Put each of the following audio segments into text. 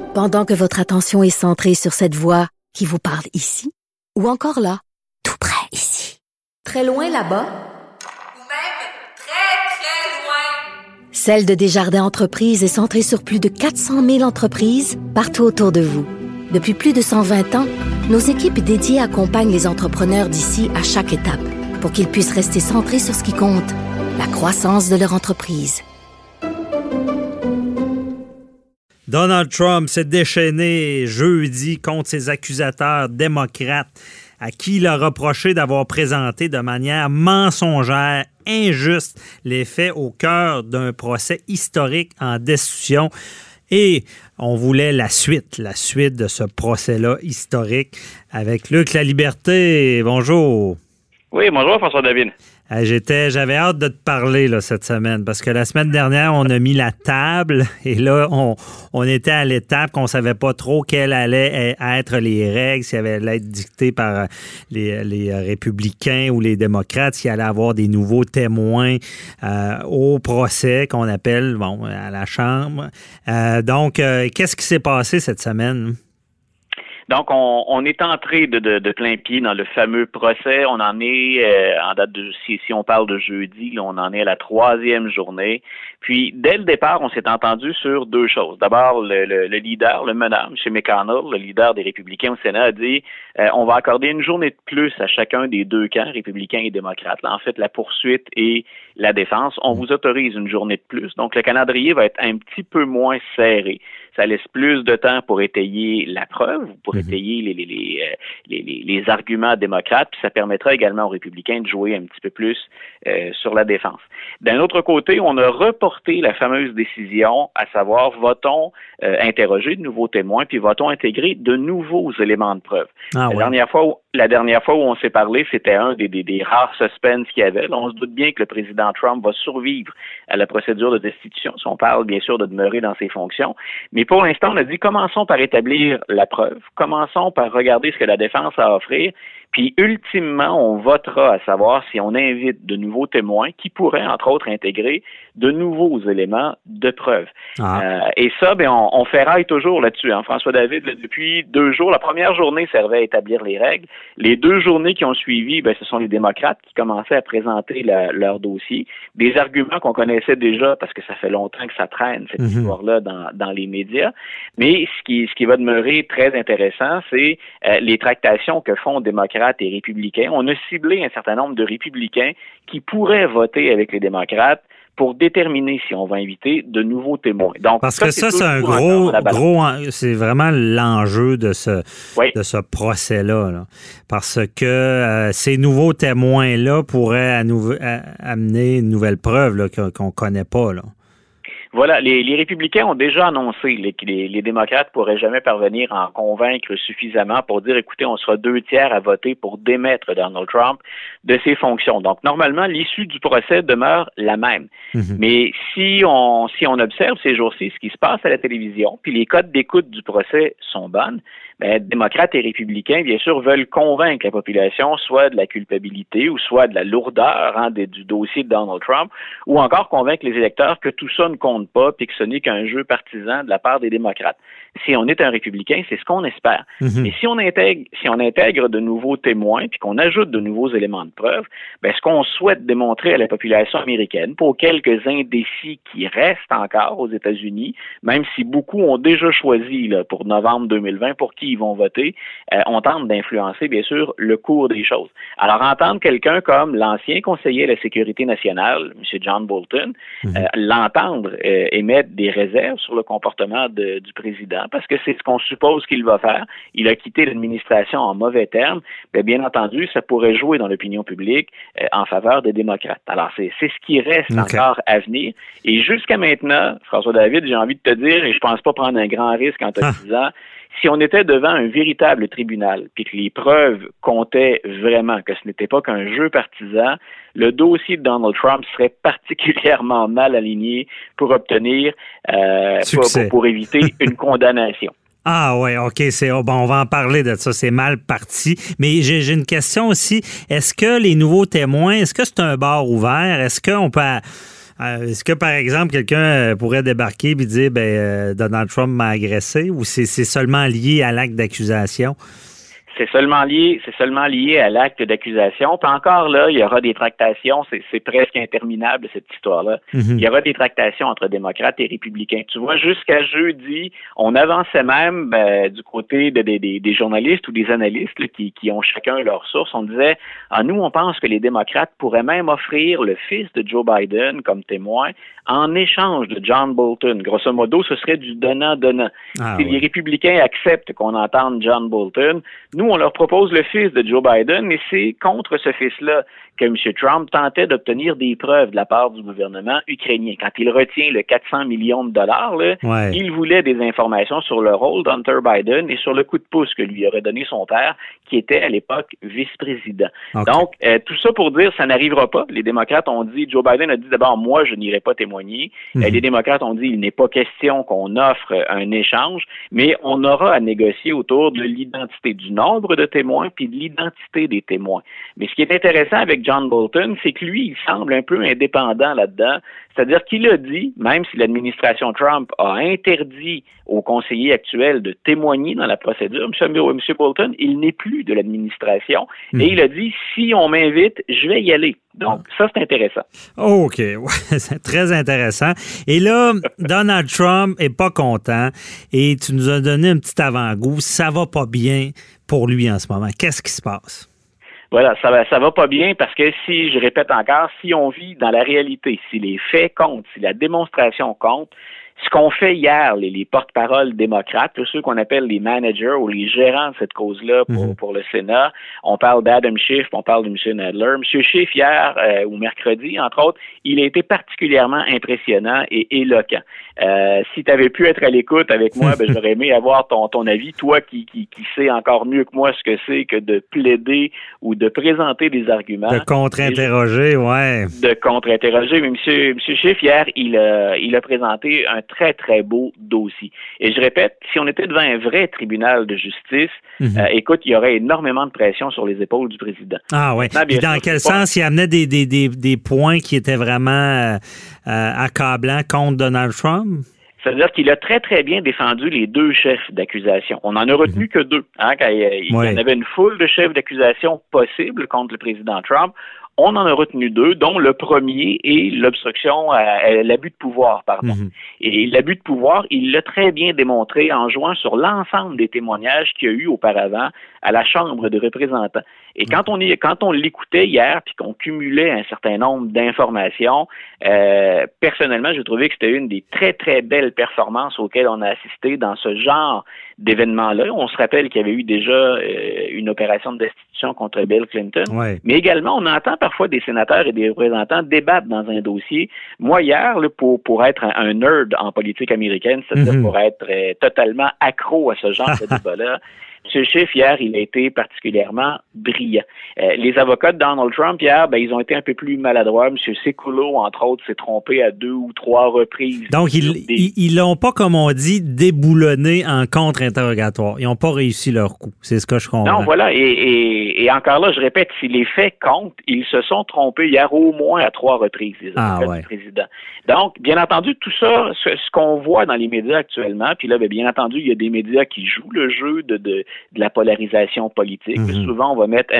Pendant que votre attention est centrée sur cette voix qui vous parle ici, ou encore là, tout près ici, très loin là-bas, ou même très, très loin. Celle de Desjardins Entreprises est centrée sur plus de 400 000 entreprises partout autour de vous. Depuis plus de 120 ans, nos équipes dédiées accompagnent les entrepreneurs d'ici à chaque étape pour qu'ils puissent rester centrés sur ce qui compte, la croissance de leur entreprise. Donald Trump s'est déchaîné jeudi contre ses accusateurs démocrates à qui il a reproché d'avoir présenté de manière mensongère, injuste, les faits au cœur d'un procès historique en destitution. Et on voulait la suite de ce procès-là historique avec Luc Laliberté. Bonjour. Oui, bonjour François-David. J'avais hâte de te parler là, cette semaine parce que la semaine dernière, on a mis la table et là, on était à l'étape qu'on ne savait pas trop quelles allaient être les règles, si elles allaient être dictées par les républicains ou les démocrates, s'il allait avoir des nouveaux témoins au procès qu'on appelle à la Chambre. Donc, qu'est-ce qui s'est passé cette semaine? Donc, on est entré de plein pied dans le fameux procès. On en est, en date de, si on parle de jeudi, là, on en est à la 3e journée. Puis, dès le départ, on s'est entendu sur deux choses. D'abord, le leader, le meneur, M. McConnell, le leader des républicains au Sénat, a dit on va accorder une journée de plus à chacun des deux camps, républicains et démocrates. Là, en fait, la poursuite et la défense. On vous autorise une journée de plus. Donc, le calendrier va être un petit peu moins serré. Ça laisse plus de temps pour étayer la preuve, pour étayer les arguments démocrates, puis ça permettra également aux républicains de jouer un petit peu plus sur la défense. D'un autre côté, on a reporté la fameuse décision, à savoir, va-t-on interroger de nouveaux témoins, puis va-t-on intégrer de nouveaux éléments de preuve. La dernière fois où on s'est parlé, c'était un des rares suspens qu'il y avait. Là, on se doute bien que le président Trump va survivre à la procédure de destitution, si on parle bien sûr de demeurer dans ses fonctions. Mais pour l'instant, on a dit, commençons par établir la preuve, commençons par regarder ce que la défense a à offrir, puis ultimement, on votera à savoir si on invite de nouveaux témoins qui pourraient, entre autres, intégrer de nouveaux éléments de preuve. Et ça, on ferraille toujours là-dessus. Hein. François David, depuis 2 jours, la première journée servait à établir les règles. Les 2 journées qui ont suivi, ce sont les démocrates qui commençaient à présenter leur dossier. Des arguments qu'on connaissait déjà parce que ça fait longtemps que ça traîne, cette histoire-là, dans les médias. Mais ce qui va demeurer très intéressant, c'est les tractations que font démocrates et républicains. On a ciblé un certain nombre de républicains qui pourraient voter avec les démocrates pour déterminer si on va inviter de nouveaux témoins. Donc, parce que ça, c'est un c'est vraiment l'enjeu de ce procès-là. Là. Parce que ces nouveaux témoins-là pourraient amener une nouvelle preuve là, qu'on ne connaît pas. Là. Voilà, les républicains ont déjà annoncé que les démocrates pourraient jamais parvenir à en convaincre suffisamment pour dire, écoutez, on sera 2/3 à voter pour démettre Donald Trump de ses fonctions. Donc, normalement, l'issue du procès demeure la même. Mais si on observe ces jours-ci ce qui se passe à la télévision, puis les codes d'écoute du procès sont bonnes, démocrates et républicains, bien sûr, veulent convaincre la population soit de la culpabilité ou soit de la lourdeur du dossier de Donald Trump, ou encore convaincre les électeurs que tout ça ne compte pas puis que ce n'est qu'un jeu partisan de la part des démocrates. Si on est un républicain, c'est ce qu'on espère. Mais si on intègre de nouveaux témoins puis qu'on ajoute de nouveaux éléments de preuve, ce qu'on souhaite démontrer à la population américaine, pour quelques indécis qui restent encore aux États-Unis, même si beaucoup ont déjà choisi là, pour novembre 2020 pour qui ils vont voter, on tente d'influencer, bien sûr, le cours des choses. Alors, entendre quelqu'un comme l'ancien conseiller à la Sécurité nationale, M. John Bolton, l'entendre émettre des réserves sur le comportement du président, parce que c'est ce qu'on suppose qu'il va faire. Il a quitté l'administration en mauvais termes. Bien entendu, ça pourrait jouer dans l'opinion publique en faveur des démocrates. Alors, c'est ce qui reste encore à venir. Et jusqu'à maintenant, François David, j'ai envie de te dire, et je pense pas prendre un grand risque en te disant, si on était devant un véritable tribunal, puis que les preuves comptaient vraiment, que ce n'était pas qu'un jeu partisan, le dossier de Donald Trump serait particulièrement mal aligné pour obtenir, pour éviter une condamnation. Ah ouais, OK, on va en parler de ça, c'est mal parti. Mais j'ai une question aussi. Est-ce que les nouveaux témoins, est-ce que c'est un bar ouvert? Est-ce qu'on peut Est-ce que, par exemple, quelqu'un pourrait débarquer et dire Donald Trump m'a agressé ou c'est seulement lié à l'acte d'accusation? C'est seulement lié à l'acte d'accusation. Puis encore là, il y aura des tractations. C'est presque interminable, cette histoire-là. Mm-hmm. Il y aura des tractations entre démocrates et républicains. Tu vois, jusqu'à jeudi, on avançait même du côté des journalistes ou des analystes là, qui ont chacun leur source. On disait, nous, on pense que les démocrates pourraient même offrir le fils de Joe Biden comme témoin en échange de John Bolton. Grosso modo, ce serait du donnant-donnant. Si les républicains acceptent qu'on entende John Bolton, nous, on leur propose le fils de Joe Biden, et c'est contre ce fils-là que M. Trump tentait d'obtenir des preuves de la part du gouvernement ukrainien. Quand il retient le 400 millions de dollars, il voulait des informations sur le rôle d'Hunter Biden et sur le coup de pouce que lui aurait donné son père, qui était à l'époque vice-président. Okay. Donc, tout ça pour dire, ça n'arrivera pas. Les démocrates ont dit, Joe Biden a dit d'abord, moi, je n'irai pas témoigner. Les démocrates ont dit, il n'est pas question qu'on offre un échange, mais on aura à négocier autour de l'identité du nombre de témoins puis de l'identité des témoins. Mais ce qui est intéressant avec John Bolton, c'est que lui, il semble un peu indépendant là-dedans. C'est-à-dire qu'il a dit, même si l'administration Trump a interdit aux conseillers actuels de témoigner dans la procédure, M. Bolton, il n'est plus de l'administration. Et il a dit, si on m'invite, je vais y aller. Donc, ça, c'est intéressant. OK. Ouais, c'est très intéressant. Et là, Donald Trump est pas content et tu nous as donné un petit avant-goût. Ça va pas bien pour lui en ce moment. Qu'est-ce qui se passe? Voilà, ça va pas bien parce que je répète encore, si on vit dans la réalité, si les faits comptent, si la démonstration compte, ce qu'on fait hier, les porte-paroles démocrates, ceux qu'on appelle les managers ou les gérants de cette cause-là pour le Sénat, on parle d'Adam Schiff, on parle de M. Nadler. M. Schiff, hier ou mercredi, entre autres, il a été particulièrement impressionnant et éloquent. Si tu avais pu être à l'écoute avec moi, j'aurais aimé avoir ton avis, toi qui sais encore mieux que moi ce que c'est que de plaider ou de présenter des arguments. De contre-interroger, ouais. De contre-interroger. Mais M. Schiff, hier, il a présenté un très, très beau dossier. Et je répète, si on était devant un vrai tribunal de justice, écoute, il y aurait énormément de pression sur les épaules du président. Ah oui. Et dans quel sens il amenait des points qui étaient vraiment accablants contre Donald Trump? C'est-à-dire qu'il a très, très bien défendu les deux chefs d'accusation. On n'en a retenu que deux. Il y en avait une foule de chefs d'accusation possibles contre le président Trump. On en a retenu deux, dont le premier est l'obstruction à l'abus de pouvoir, pardon. Et l'abus de pouvoir, il l'a très bien démontré en jouant sur l'ensemble des témoignages qu'il y a eu auparavant à la Chambre des représentants. Et quand on l'écoutait hier, puis qu'on cumulait un certain nombre d'informations, personnellement, j'ai trouvé que c'était une des très, très belles performances auxquelles on a assisté dans ce genre d'événements-là. On se rappelle qu'il y avait eu déjà une opération de destitution contre Bill Clinton. Ouais. Mais également, on entend parfois des sénateurs et des représentants débattre dans un dossier. Moi, hier, là, pour être un nerd en politique américaine, c'est-à-dire pour être totalement accro à ce genre de débat-là, M. Schiff, hier, il a été particulièrement brillant. Les avocats de Donald Trump, hier, ils ont été un peu plus maladroits. M. Sekulow, entre autres, s'est trompé à 2 ou 3 reprises. Donc, ils l'ont pas, comme on dit, déboulonné en contre-interrogatoire. Ils n'ont pas réussi leur coup. C'est ce que je comprends. Non, voilà. Et encore là, je répète, si les faits comptent, ils se sont trompés hier au moins à 3 reprises, les avocats du président. Donc, bien entendu, tout ça, ce qu'on voit dans les médias actuellement, puis là, bien entendu, il y a des médias qui jouent le jeu de la polarisation politique. Souvent, on va mettre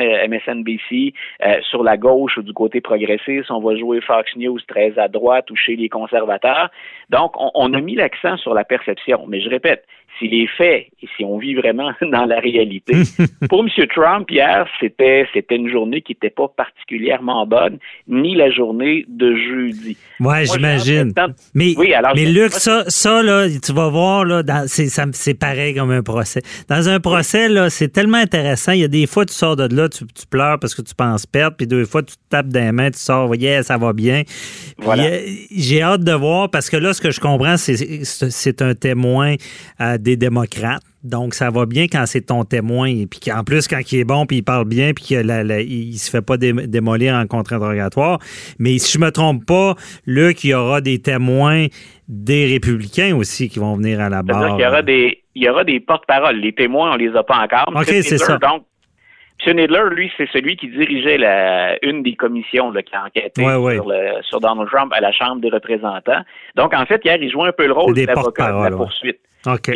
MSNBC sur la gauche ou du côté progressiste. On va jouer Fox News très à droite ou chez les conservateurs. Donc, on a mis l'accent sur la perception. Mais je répète, si les faits, et si on vit vraiment dans la réalité, pour M. Trump, hier, c'était une journée qui n'était pas particulièrement bonne, ni la journée de jeudi. Oui, j'imagine. Mais Luc, ça là, tu vas voir, là, c'est pareil comme un procès. Dans un procès, là, c'est tellement intéressant. Il y a des fois, tu sors de là, tu pleures parce que tu penses perdre, puis 2 fois, tu te tapes dans les mains, tu sors, yeah, ça va bien. Voilà. J'ai hâte de voir, parce que là, ce que je comprends, c'est un témoin des démocrates. Donc, ça va bien quand c'est ton témoin. Et puis, en plus, quand il est bon, puis il parle bien, puis qu'il se fait pas démolir en contre-interrogatoire. Mais si je me trompe pas, Luc, il y aura des témoins des républicains aussi qui vont venir à la barre. C'est-à-dire qu'il y aura des porte-paroles. Les témoins, on les a pas encore. OK, c'est ça. Donc, Nadler, lui, c'est celui qui dirigeait une des commissions là, qui a enquêté sur Donald Trump à la Chambre des représentants. Donc, en fait, hier, il jouait un peu le rôle de l'avocat de la poursuite. Okay.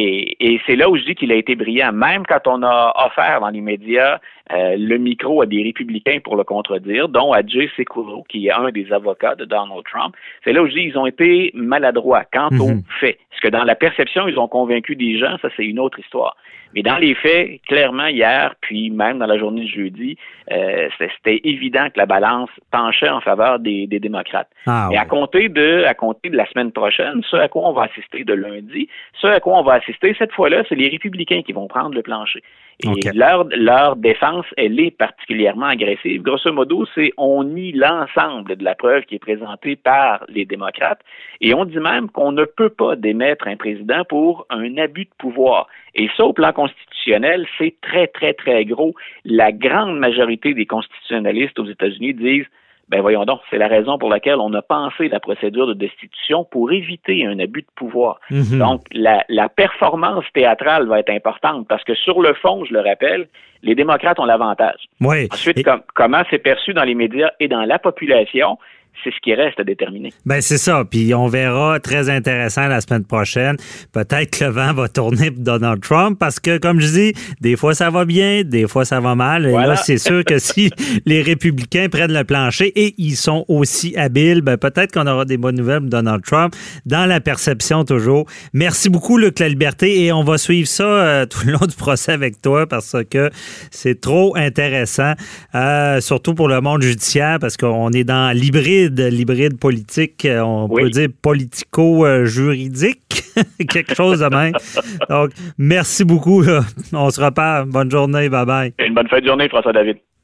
Et c'est là où je dis qu'il a été brillant. Même quand on a offert dans les médias le micro à des républicains pour le contredire, dont à Jay Sekulow, qui est un des avocats de Donald Trump, c'est là où je dis qu'ils ont été maladroits quant aux faits. Parce que dans la perception, ils ont convaincu des gens, ça c'est une autre histoire. Mais dans les faits, clairement, hier, puis même dans la journée de jeudi, c'était évident que la balance penchait en faveur des démocrates. Et à compter de la semaine prochaine, ce à quoi on va assister de lundi, ce à quoi on va assister cette fois-là, c'est les républicains qui vont prendre le plancher. Et leur défense, elle est particulièrement agressive. Grosso modo, on nie l'ensemble de la preuve qui est présentée par les démocrates et on dit même qu'on ne peut pas démettre un président pour un abus de pouvoir. Et ça, au plan constitutionnel, c'est très, très, très gros. La grande majorité des constitutionnalistes aux États-Unis disent ben voyons donc, c'est la raison pour laquelle on a pensé la procédure de destitution pour éviter un abus de pouvoir. Donc, la performance théâtrale va être importante parce que sur le fond, je le rappelle, les démocrates ont l'avantage. Oui. Ensuite, comment c'est perçu dans les médias et dans la population, c'est ce qui reste à déterminer. Ben c'est ça. Puis on verra, très intéressant la semaine prochaine. Peut-être que le vent va tourner pour Donald Trump parce que, comme je dis, des fois ça va bien, des fois ça va mal. Et là, c'est sûr que si les républicains prennent le plancher et ils sont aussi habiles, ben peut-être qu'on aura des bonnes nouvelles pour Donald Trump. Dans la perception toujours. Merci beaucoup, Luc La Liberté. Et on va suivre ça tout le long du procès avec toi parce que c'est trop intéressant. Surtout pour le monde judiciaire parce qu'on est dans l'hybride politique, on peut dire politico-juridique, quelque chose de même. Donc, merci beaucoup. On se reparle. Bonne journée. Bye-bye. Une bonne fin de journée, François-David.